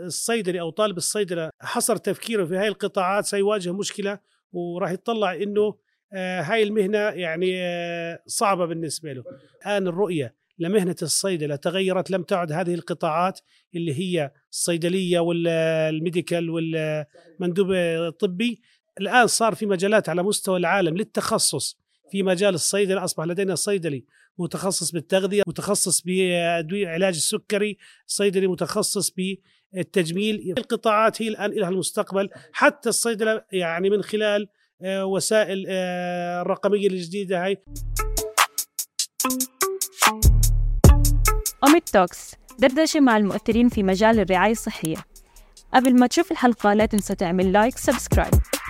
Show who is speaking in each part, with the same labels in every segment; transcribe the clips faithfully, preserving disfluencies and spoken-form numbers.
Speaker 1: الصيدلي أو طالب الصيدلة حصر تفكيره في هاي القطاعات سيواجه مشكلة، وراح يطلع إنه آه هاي المهنة يعني آه صعبة بالنسبة له. الآن الرؤية لمهنة الصيدلة تغيرت، لم تعد هذه القطاعات اللي هي الصيدلية والميديكال والمندوب الطبي. الآن صار في مجالات على مستوى العالم للتخصص في مجال الصيدلة. أصبح لدينا صيدلي متخصص بالتغذية، متخصص بعلاج السكري، صيدلي متخصص بالتجميل. القطاعات هي الآن لها المستقبل، حتى الصيدلة يعني من خلال وسائل الرقمية الجديدة هاي.
Speaker 2: أوميد توكس، دردشة مع المؤثرين في مجال الرعاية الصحية. قبل ما تشوف الحلقة لا تنسى تعمل لايك سبسكرايب.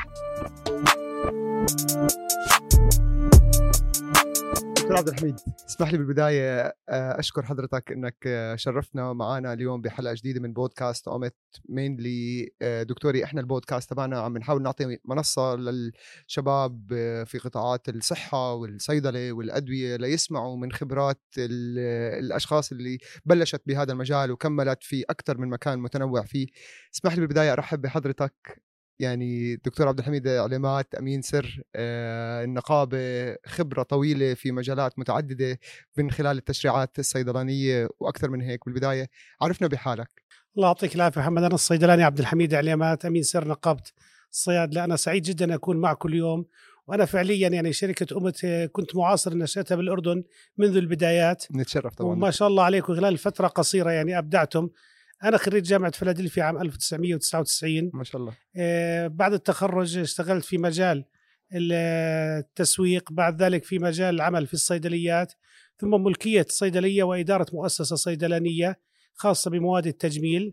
Speaker 3: دكتور عبد الحميد، اسمح لي بالبداية أشكر حضرتك أنك شرفنا معنا اليوم بحلقة جديدة من بودكاست أوميد. مينلي دكتوري، إحنا البودكاست تبعنا عم نحاول نعطي منصة للشباب في قطاعات الصحة والصيدلة والأدوية ليسمعوا من خبرات الأشخاص اللي بلشت بهذا المجال وكملت في أكثر من مكان متنوع فيه. اسمح لي بالبداية أرحب بحضرتك. يعني دكتور عبد الحميد علامات أمين سر آه النقابة، خبرة طويلة في مجالات متعددة من خلال التشريعات الصيدلانية وأكثر من هيك. بالبداية عرفنا بحالك.
Speaker 1: الله يعطيك العافية محمد. أنا الصيدلاني عبد الحميد علامات أمين سر نقابة الصيادلة. أنا سعيد جدا أكون معكم اليوم، وأنا فعليا يعني شركة أوميد كنت معاصر نشأتها بالأردن منذ البدايات.
Speaker 3: نتشرف طبعا،
Speaker 1: وما شاء الله عليكم خلال فترة قصيرة يعني أبدعتم. أنا خريج جامعة فيلادلفيا عام ألف وتسعمائة وتسعة وتسعين
Speaker 3: ما شاء الله.
Speaker 1: آه بعد التخرج اشتغلت في مجال التسويق، بعد ذلك في مجال العمل في الصيدليات، ثم ملكية صيدلية وإدارة مؤسسة صيدلانية خاصة بمواد التجميل.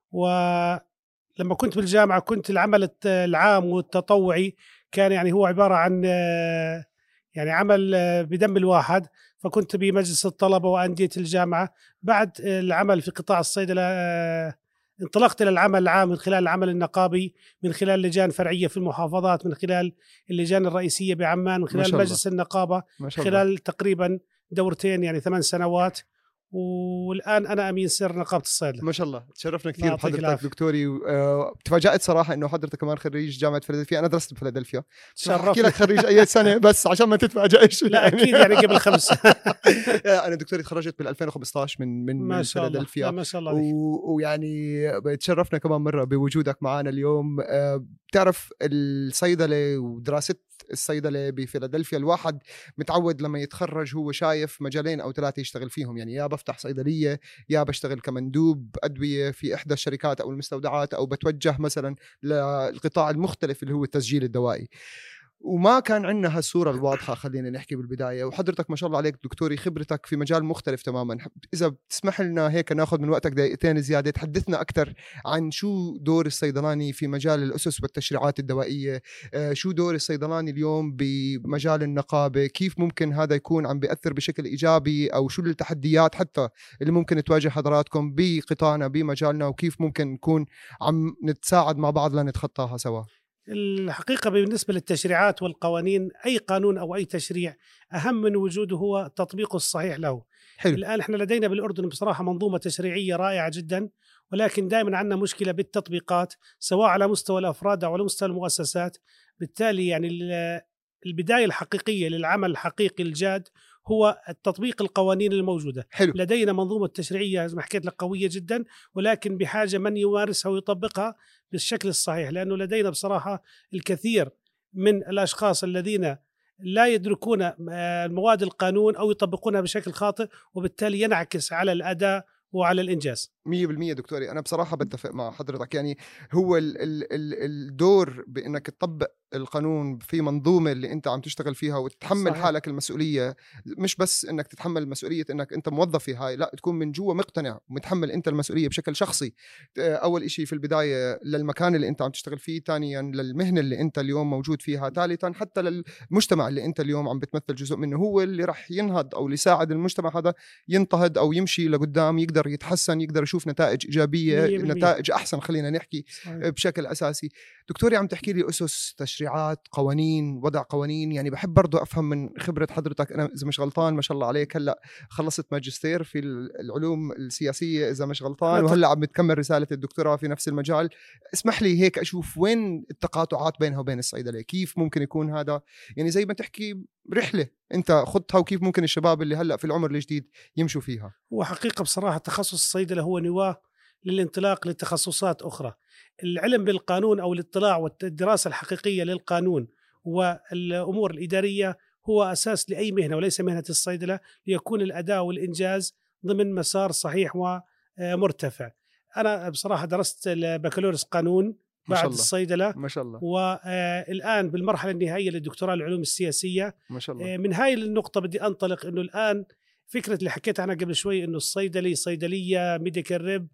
Speaker 1: ولما كنت بالجامعة كنت العمل العام والتطوعي كان يعني هو عبارة عن آه يعني عمل بدم الواحد، فكنت بمجلس الطلبة وأندية الجامعة. بعد العمل في قطاع الصيدلة انطلقت إلى العمل العام من خلال العمل النقابي، من خلال لجان فرعية في المحافظات، من خلال اللجان الرئيسية بعمان، من خلال مجلس النقابة خلال تقريبا دورتين يعني ثمان سنوات. والآن أنا أمين سر نقابة الصيدلة.
Speaker 3: ما شاء الله، تشرفنا كثير بحضرتك دكتوري. أه تفاجأت صراحة إنه حضرتك كمان خريج جامعة فيلادلفيا. أنا درست بفيلادلفيا، أحكي لك خريج أي سنة بس عشان ما تتفاجئش.
Speaker 1: لا يعني. أكيد يعني قبل خمس.
Speaker 3: أنا دكتوري تخرجت بال ألفين وخمسة عشر من من
Speaker 1: ما شاء الله.
Speaker 3: فيلادلفيا.
Speaker 1: ما شاء الله.
Speaker 3: ويعني تشرفنا كمان مرة بوجودك معنا اليوم. أه بتعرف الصيدلة ودراسة الصيدلة بفيلادلفيا، الواحد متعود لما يتخرج هو شايف مجالين أو ثلاثة يشتغل فيهم، يعني يا بفتح صيدلية، يا بشتغل كمندوب أدوية في إحدى الشركات أو المستودعات، أو بتوجه مثلا للقطاع المختلف اللي هو التسجيل الدوائي. وما كان عندنا هالصورة الواضحة. خلينا نحكي بالبداية، وحضرتك ما شاء الله عليك دكتوري خبرتك في مجال مختلف تماما. إذا بتسمح لنا هيك ناخذ من وقتك دقيقتين زيادة، تحدثنا أكثر عن شو دور الصيدلاني في مجال الأسس والتشريعات الدوائية، شو دور الصيدلاني اليوم بمجال النقابة، كيف ممكن هذا يكون عم بيأثر بشكل إيجابي، أو شو التحديات حتى اللي ممكن تواجه حضراتكم بقطاعنا بمجالنا، وكيف ممكن نكون عم نتساعد مع بعض لنتخطاها سوا.
Speaker 1: الحقيقة بالنسبة للتشريعات والقوانين، أي قانون أو أي تشريع أهم من وجوده هو تطبيقه الصحيح له.
Speaker 3: حلو.
Speaker 1: الآن إحنا لدينا بالأردن بصراحة منظومة تشريعية رائعة جدا، ولكن دائما عندنا مشكلة بالتطبيقات سواء على مستوى الأفراد أو على مستوى المؤسسات. بالتالي يعني البداية الحقيقية للعمل الحقيقي الجاد هو التطبيق القوانين الموجودة.
Speaker 3: حلو.
Speaker 1: لدينا منظومة تشريعية زي ما حكيت لك قوية جدا، ولكن بحاجة من يمارسها ويطبقها بالشكل الصحيح، لأنه لدينا بصراحة الكثير من الأشخاص الذين لا يدركون المواد القانون أو يطبقونها بشكل خاطئ، وبالتالي ينعكس على الأداء وعلى الإنجاز.
Speaker 3: مية بالمية دكتوري، أنا بصراحة بتفق مع حضرتك. يعني هو ال ال ال الدور بأنك تطبق القانون في منظومة اللي أنت عم تشتغل فيها وتتحمل صحيح. حالك المسؤولية، مش بس أنك تتحمل مسؤولية أنك أنت موظف في هاي، لا، تكون من جوا مقتنع ومتحمل أنت المسؤولية بشكل شخصي. أول إشي في البداية للمكان اللي أنت عم تشتغل فيه، ثانيا للمهنة اللي أنت اليوم موجود فيها، ثالثا حتى للمجتمع اللي أنت اليوم عم بتمثل جزء منه، هو اللي رح ينهض أو يساعد المجتمع هذا ينتهض أو يمشي لقدام، يقدر يتحسن، يقدر يشوف نشوف نتائج إيجابية،
Speaker 1: مية بالمية.
Speaker 3: نتائج أحسن خلينا نحكي
Speaker 1: صحيح.
Speaker 3: بشكل أساسي. دكتوري عم تحكي لي أسس، تشريعات، قوانين، وضع قوانين، يعني بحب برضو أفهم من خبرة حضرتك. أنا إذا مش غلطان ما شاء الله عليك هلأ خلصت ماجستير في العلوم السياسية إذا مش غلطان، وهلأ عم بتكمل رسالة الدكتوراه في نفس المجال. اسمح لي هيك أشوف وين التقاطعات بينها وبين الصيدلة، كيف ممكن يكون هذا يعني زي ما تحكي رحلة أنت خضتها، وكيف ممكن الشباب اللي هلأ في العمر الجديد يمشوا فيها.
Speaker 1: وحقيقة بصراحة تخصص الصيدلة هو نواة للانطلاق لتخصصات أخرى. العلم بالقانون أو الاطلاع والدراسة الحقيقية للقانون والأمور الإدارية هو أساس لأي مهنة، وليس مهنة الصيدلة، ليكون الأداء والإنجاز ضمن مسار صحيح ومرتفع. أنا بصراحة درست البكالوريوس قانون بعد الصيدلة
Speaker 3: ما شاء الله،
Speaker 1: والآن بالمرحلة النهائية للدكتوراه العلوم السياسية
Speaker 3: ما شاء الله.
Speaker 1: من هاي النقطة بدي أنطلق إنه الآن فكرة اللي حكيت عنها قبل شوي إنه الصيدلي صيدلية ميديكال ريب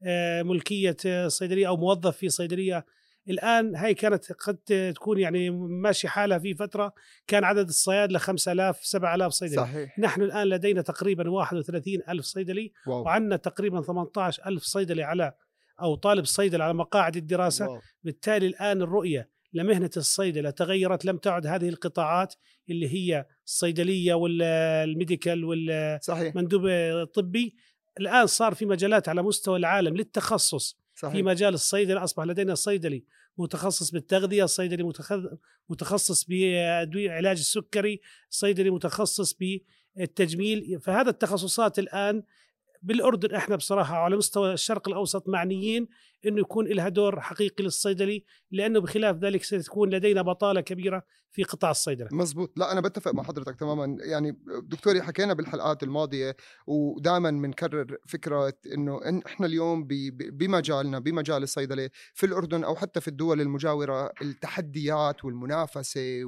Speaker 1: ملكية صيدلية أو موظف في صيدلية، الآن هاي كانت قد تكون يعني ماشي حالها. في فترة كان عدد الصيادلة خمسة آلاف سبعة آلاف صيدلي.
Speaker 3: صحيح.
Speaker 1: نحن الآن لدينا تقريبا واحد وثلاثين ألف صيدلي، واو. وعندنا تقريبا ثمانية عشر ألف صيدلي على أو طالب صيدلة على مقاعد الدراسة، واو. بالتالي الآن الرؤية لمهنة الصيدلة تغيرت، لم تعد هذه القطاعات اللي هي الصيدلية والميديكال والمندوب الطبي. الآن صار في مجالات على مستوى العالم للتخصص. صحيح. في مجال الصيدلة أصبح لدينا صيدلي متخصص بالتغذية، صيدلي متخصص بعلاج السكري، صيدلي متخصص بالتجميل. فهذا التخصصات الآن بالأردن احنا بصراحة على مستوى الشرق الأوسط معنيين إنه يكون لها دور حقيقي للصيدلي، لأنه بخلاف ذلك ستكون لدينا بطالة كبيرة في قطاع الصيدلة.
Speaker 3: مزبوط. لا أنا بتفق مع حضرتك تماما. يعني دكتوري حكينا بالحلقات الماضية ودائما بنكرر فكرة إنه إن إحنا اليوم بمجالنا بمجال الصيدلة في الأردن أو حتى في الدول المجاورة التحديات والمنافسة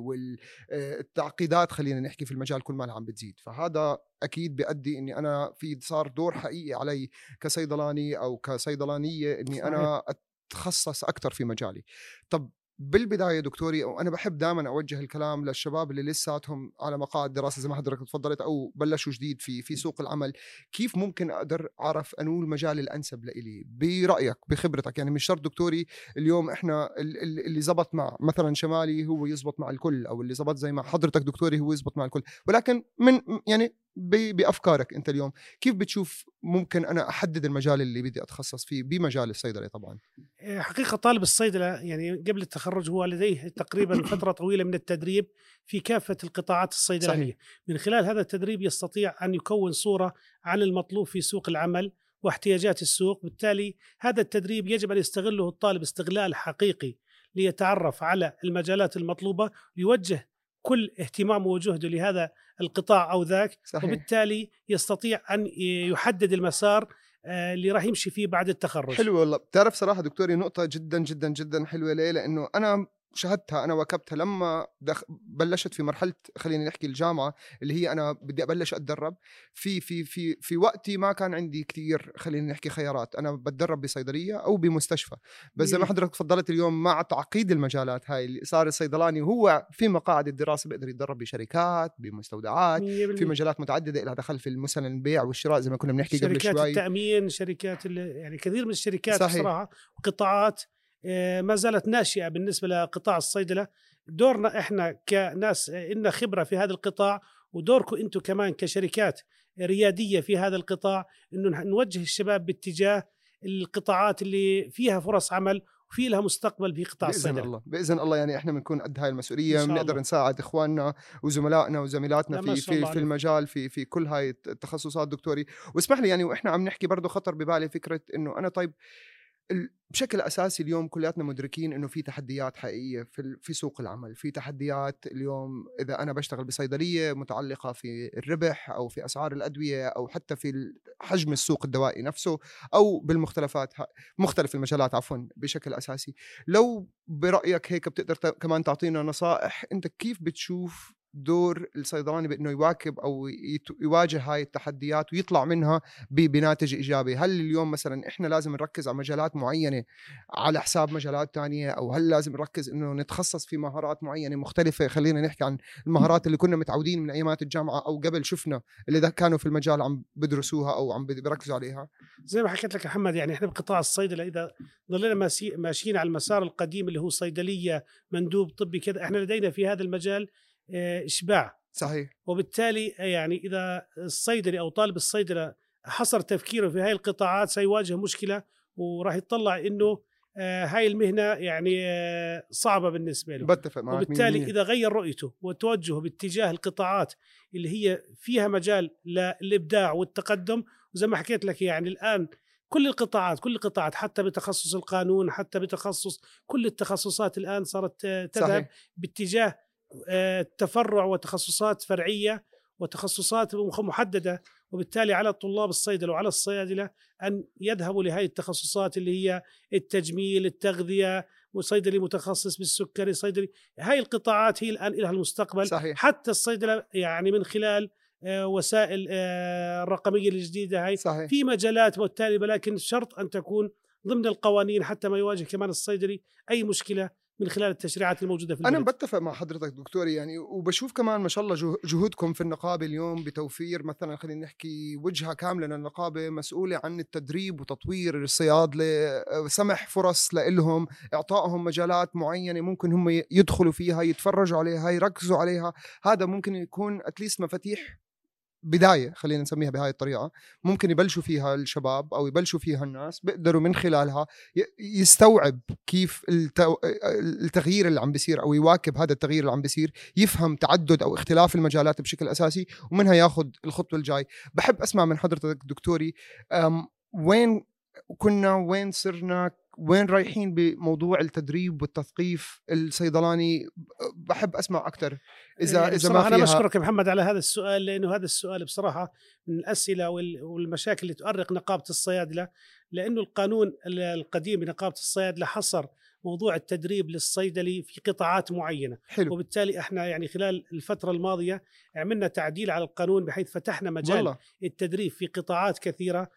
Speaker 3: والتعقيدات خلينا نحكي في المجال كل ما عم بتزيد. فهذا أكيد بيؤدي إني أنا في صار دور حقيقي علي كصيدلاني أو كصيدلانية إني أنا أتخصص أكتر في مجالي. طب بالبداية دكتوري، وأنا بحب دائما أوجه الكلام للشباب اللي لساتهم على مقاعد دراسة زي ما حضرتك تفضلت أو بلشوا جديد في في سوق العمل، كيف ممكن أقدر أعرف أنو المجال الأنسب لإلي برأيك بخبرتك؟ يعني مش شرط دكتوري اليوم إحنا اللي زبط مع مثلا شمالي هو يزبط مع الكل، أو اللي زبط زي ما حضرتك دكتوري هو يزبط مع الكل، ولكن من يعني بأفكارك أنت اليوم كيف بتشوف ممكن أنا أحدد المجال اللي بدي أتخصص فيه بمجال الصيدلة؟ طبعا
Speaker 1: حقيقة طالب الصيدلة يعني قبل التخرج هو لديه تقريبا فترة طويلة من التدريب في كافة القطاعات الصيدلانية. صحيح. من خلال هذا التدريب يستطيع أن يكون صورة عن المطلوب في سوق العمل واحتياجات السوق. بالتالي هذا التدريب يجب أن يستغله الطالب استغلال حقيقي ليتعرف على المجالات المطلوبة، يوجه كل اهتمامه وجهده لهذا القطاع أو ذاك. صحيح. وبالتالي يستطيع أن يحدد المسار اللي راح يمشي فيه بعد التخرج.
Speaker 3: حلو والله. بتعرف صراحة دكتوري نقطة جدا جدا جدا حلوة. ليه؟ لأنه أنا شهدتها، أنا واكبتها لما دخ... بلشت في مرحلة خلينا نحكي الجامعة اللي هي أنا بدي أبلش أتدرب في في في في وقتي ما كان عندي كتير خلينا نحكي خيارات. أنا بتدرب بصيدلية أو بمستشفى، بس زي ما حضرتك تفضلت اليوم مع تعقيد المجالات هاي اللي صار الصيدلاني هو في مقاعد الدراسة بيقدر يتدرب بشركات بمستودعات في مجالات متعددة لها دخل في مثلا البيع والشراء زي ما كنا بنحكي قبل شوي،
Speaker 1: شركات التأمين، شركات يعني كثير من الشركات. صحيح. بصراحة قطاعات ما زالت ناشئة بالنسبة لقطاع الصيدلة. دورنا إحنا كناس إن خبرة في هذا القطاع، ودوركم أنتم كمان كشركات ريادية في هذا القطاع، إنه نوجه الشباب باتجاه القطاعات اللي فيها فرص عمل وفي لها مستقبل في قطاع
Speaker 3: بإذن
Speaker 1: الصيدلة.
Speaker 3: الله بإذن الله. يعني إحنا بنكون قد هاي المسؤولية، بنقدر نساعد إخواننا وزملائنا وزميلاتنا في في في المجال في في كل هاي التخصصات دكتوري. واسمح لي يعني وإحنا عم نحكي برضو خطر ببالي فكرة إنه أنا طيب بشكل أساسي اليوم كلياتنا مدركين إنه في تحديات حقيقية في في سوق العمل. في تحديات اليوم إذا أنا بشتغل بصيدلية متعلقة في الربح أو في أسعار الأدوية أو حتى في حجم السوق الدوائي نفسه أو بالمختلفات مختلف المجالات عفوا بشكل أساسي. لو برأيك هيك بتقدر كمان تعطينا نصائح أنت كيف بتشوف دور الصيدلاني بأنه يواكب أو يواجه هاي التحديات ويطلع منها بناتج إيجابي؟ هل اليوم مثلا إحنا لازم نركز على مجالات معينة على حساب مجالات تانية، أو هل لازم نركز إنه نتخصص في مهارات معينة مختلفة؟ خلينا نحكي عن المهارات اللي كنا متعودين من أيامات الجامعة أو قبل شفنا اللي ده كانوا في المجال عم بدرسوها أو عم بيركزوا عليها.
Speaker 1: زي ما حكيت لك محمد، يعني إحنا بقطاع الصيدلة إذا ضلنا ماشيين على المسار القديم اللي هو صيدلية مندوب طبي كذا، إحنا لدينا في هذا المجال إشباع.
Speaker 3: صحيح.
Speaker 1: وبالتالي يعني إذا الصيدلي أو طالب الصيدلة حصر تفكيره في هاي القطاعات سيواجه مشكلة، وراح يطلع إنه هاي المهنة يعني صعبة بالنسبة له.
Speaker 3: بتفق معك.
Speaker 1: وبالتالي إذا غير رؤيته وتوجهه باتجاه القطاعات اللي هي فيها مجال للإبداع والتقدم، وزي ما حكيت لك يعني الآن كل القطاعات كل القطاعات حتى بتخصص القانون، حتى بتخصص كل التخصصات الآن صارت تذهب صحيح. باتجاه التفرع وتخصصات فرعية وتخصصات محددة. وبالتالي على الطلاب الصيدلة وعلى الصيادلة أن يذهبوا لهذه التخصصات اللي هي التجميل، التغذية، وصيدلي متخصص بالسكري، صيدلي. هاي القطاعات هي الآن لها المستقبل صحيح. حتى الصيدلة يعني من خلال وسائل الرقمية الجديدة هاي صحيح. في مجالات وبالتالي، ولكن شرط أن تكون ضمن القوانين حتى ما يواجه كمان الصيدلي أي مشكلة من خلال التشريعات الموجودة في البلد.
Speaker 3: أنا بتفق مع حضرتك دكتوري يعني، وبشوف كمان ما شاء الله جهودكم في النقابة اليوم بتوفير مثلا خلينا نحكي وجهة كاملة للنقابة مسؤولة عن التدريب وتطوير الصيادلة، سمح فرص لهم، إعطائهم مجالات معينة ممكن هم يدخلوا فيها، يتفرجوا عليها، يركزوا عليها. هذا ممكن يكون أتليست مفاتيح بداية، خلينا نسميها بهاي الطريقة، ممكن يبلشوا فيها الشباب أو يبلشوا فيها الناس، بيقدروا من خلالها يستوعب كيف التغيير اللي عم بيصير أو يواكب هذا التغيير اللي عم بيصير، يفهم تعدد أو اختلاف المجالات بشكل أساسي، ومنها ياخد الخطوة الجاي. بحب أسمع من حضرتك دكتوري وين كنا، وين صرنا، وين رايحين بموضوع التدريب والتثقيف الصيدلاني؟ بحب أسمع أكثر إذا إذا ما فيها.
Speaker 1: أنا بشكرك محمد على هذا السؤال، لأنه هذا السؤال بصراحة من الأسئلة والمشاكل اللي تؤرق نقابة الصيادلة، لأنه القانون القديم لنقابة الصيادلة حصر موضوع التدريب للصيدلي في قطاعات معينة. حلو. وبالتالي احنا يعني خلال الفترة الماضية عملنا تعديل على القانون بحيث فتحنا مجال والله. التدريب في قطاعات كثيرة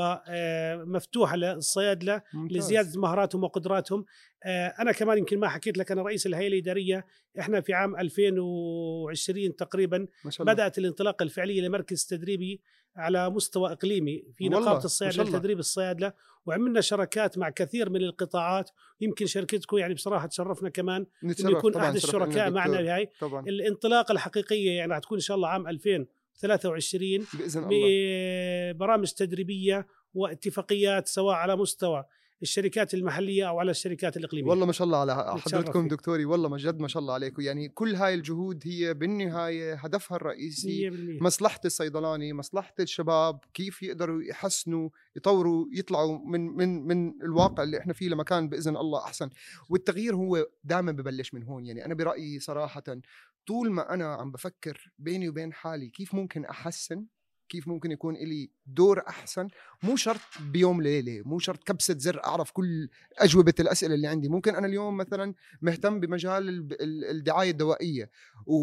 Speaker 1: ومفتوحة للصيادلة لزيادة مهاراتهم وقدراتهم. أنا كمان يمكن ما حكيت لك، أنا رئيس الهيئة الإدارية. إحنا في عام ألفين وعشرين تقريبا بدأت الانطلاقة الفعلية لمركز تدريبي على مستوى إقليمي في نقابة الصيادلة لتدريب الصيادلة، وعملنا شركات مع كثير من القطاعات. يمكن شركتكم يعني بصراحة تشرفنا كمان إنه يكون أحد الشركاء معنا بهاي الانطلاقة الحقيقية. يعني هتكون إن شاء الله عام ألفين وثلاثة وعشرين بإذن الله ببرامج تدريبية واتفاقيات سواء على مستوى الشركات المحلية أو على الشركات الإقليمية.
Speaker 3: والله ما شاء الله على حضرتكم دكتوري، والله مجد ما شاء الله عليكم. يعني كل هاي الجهود هي بالنهاية هدفها الرئيسي مصلحة الصيدلاني، مصلحة الشباب، كيف يقدروا يحسنوا، يطوروا، يطلعوا من من من الواقع اللي احنا فيه لمكان بإذن الله أحسن. والتغيير هو دائما ببلش من هون. يعني أنا برأيي صراحة طول ما أنا عم بفكر بيني وبين حالي كيف ممكن أحسن، كيف ممكن يكون إلي دور أحسن، مو شرط بيوم ليلة، مو شرط كبسة زر أعرف كل أجوبة الأسئلة اللي عندي. ممكن أنا اليوم مثلا مهتم بمجال الدعاية الدوائية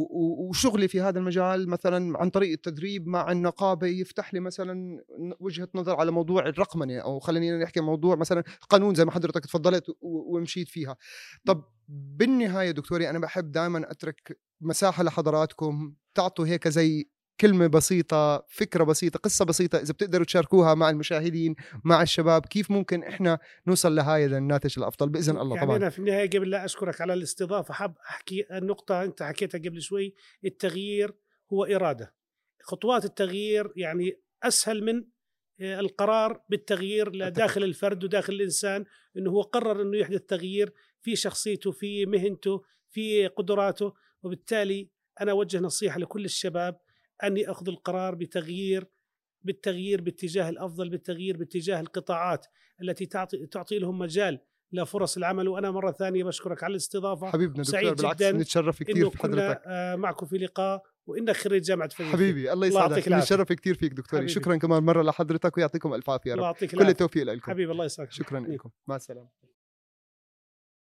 Speaker 3: وشغلي في هذا المجال مثلا عن طريق التدريب مع النقابة يفتح لي مثلا وجهة نظر على موضوع الرقمنة، أو خلينا نحكي موضوع مثلا قانون زي ما حضرتك تفضلت ومشيت فيها. طب بالنهاية دكتوري أنا بحب دائما أترك مساحة لحضراتكم تعطوا هيك زي كلمة بسيطة، فكرة بسيطة، قصة بسيطة إذا بتقدروا تشاركوها مع المشاهدين، مع الشباب، كيف ممكن إحنا نوصل لهذا الناتج الأفضل بإذن الله.
Speaker 1: يعني
Speaker 3: طبعا
Speaker 1: أنا في النهاية قبل لا أشكرك على الاستضافة حاب أحكي النقطة أنت حكيتها قبل شوي، التغيير هو إرادة. خطوات التغيير يعني أسهل من القرار بالتغيير لداخل الفرد وداخل الإنسان، إنه هو قرر إنه يحدث تغيير في شخصيته، في مهنته، في قدراته. وبالتالي أنا أوجه نصيحة لكل الشباب أن يأخذوا القرار بتغيير بالتغيير باتجاه الأفضل، بالتغيير باتجاه القطاعات التي تعطي تعطي لهم مجال لفرص العمل. وأنا مرة ثانية بشكرك على الاستضافة
Speaker 3: حبيبنا دكتور، بالعكس نتشرف كثير في حضرتك،
Speaker 1: معكم في لقاء، وإنك خريج جامعة فريد
Speaker 3: حبيبي. الله يسعدك، نتشرف كثير فيك دكتوري حبيبي. شكرا كمان مرة لحضرتك ويعطيكم ألف عافية يا رب، كل التوفيق لكم
Speaker 1: حبيبي. الله يسعدك،
Speaker 3: شكرا لكم، مع السلامة.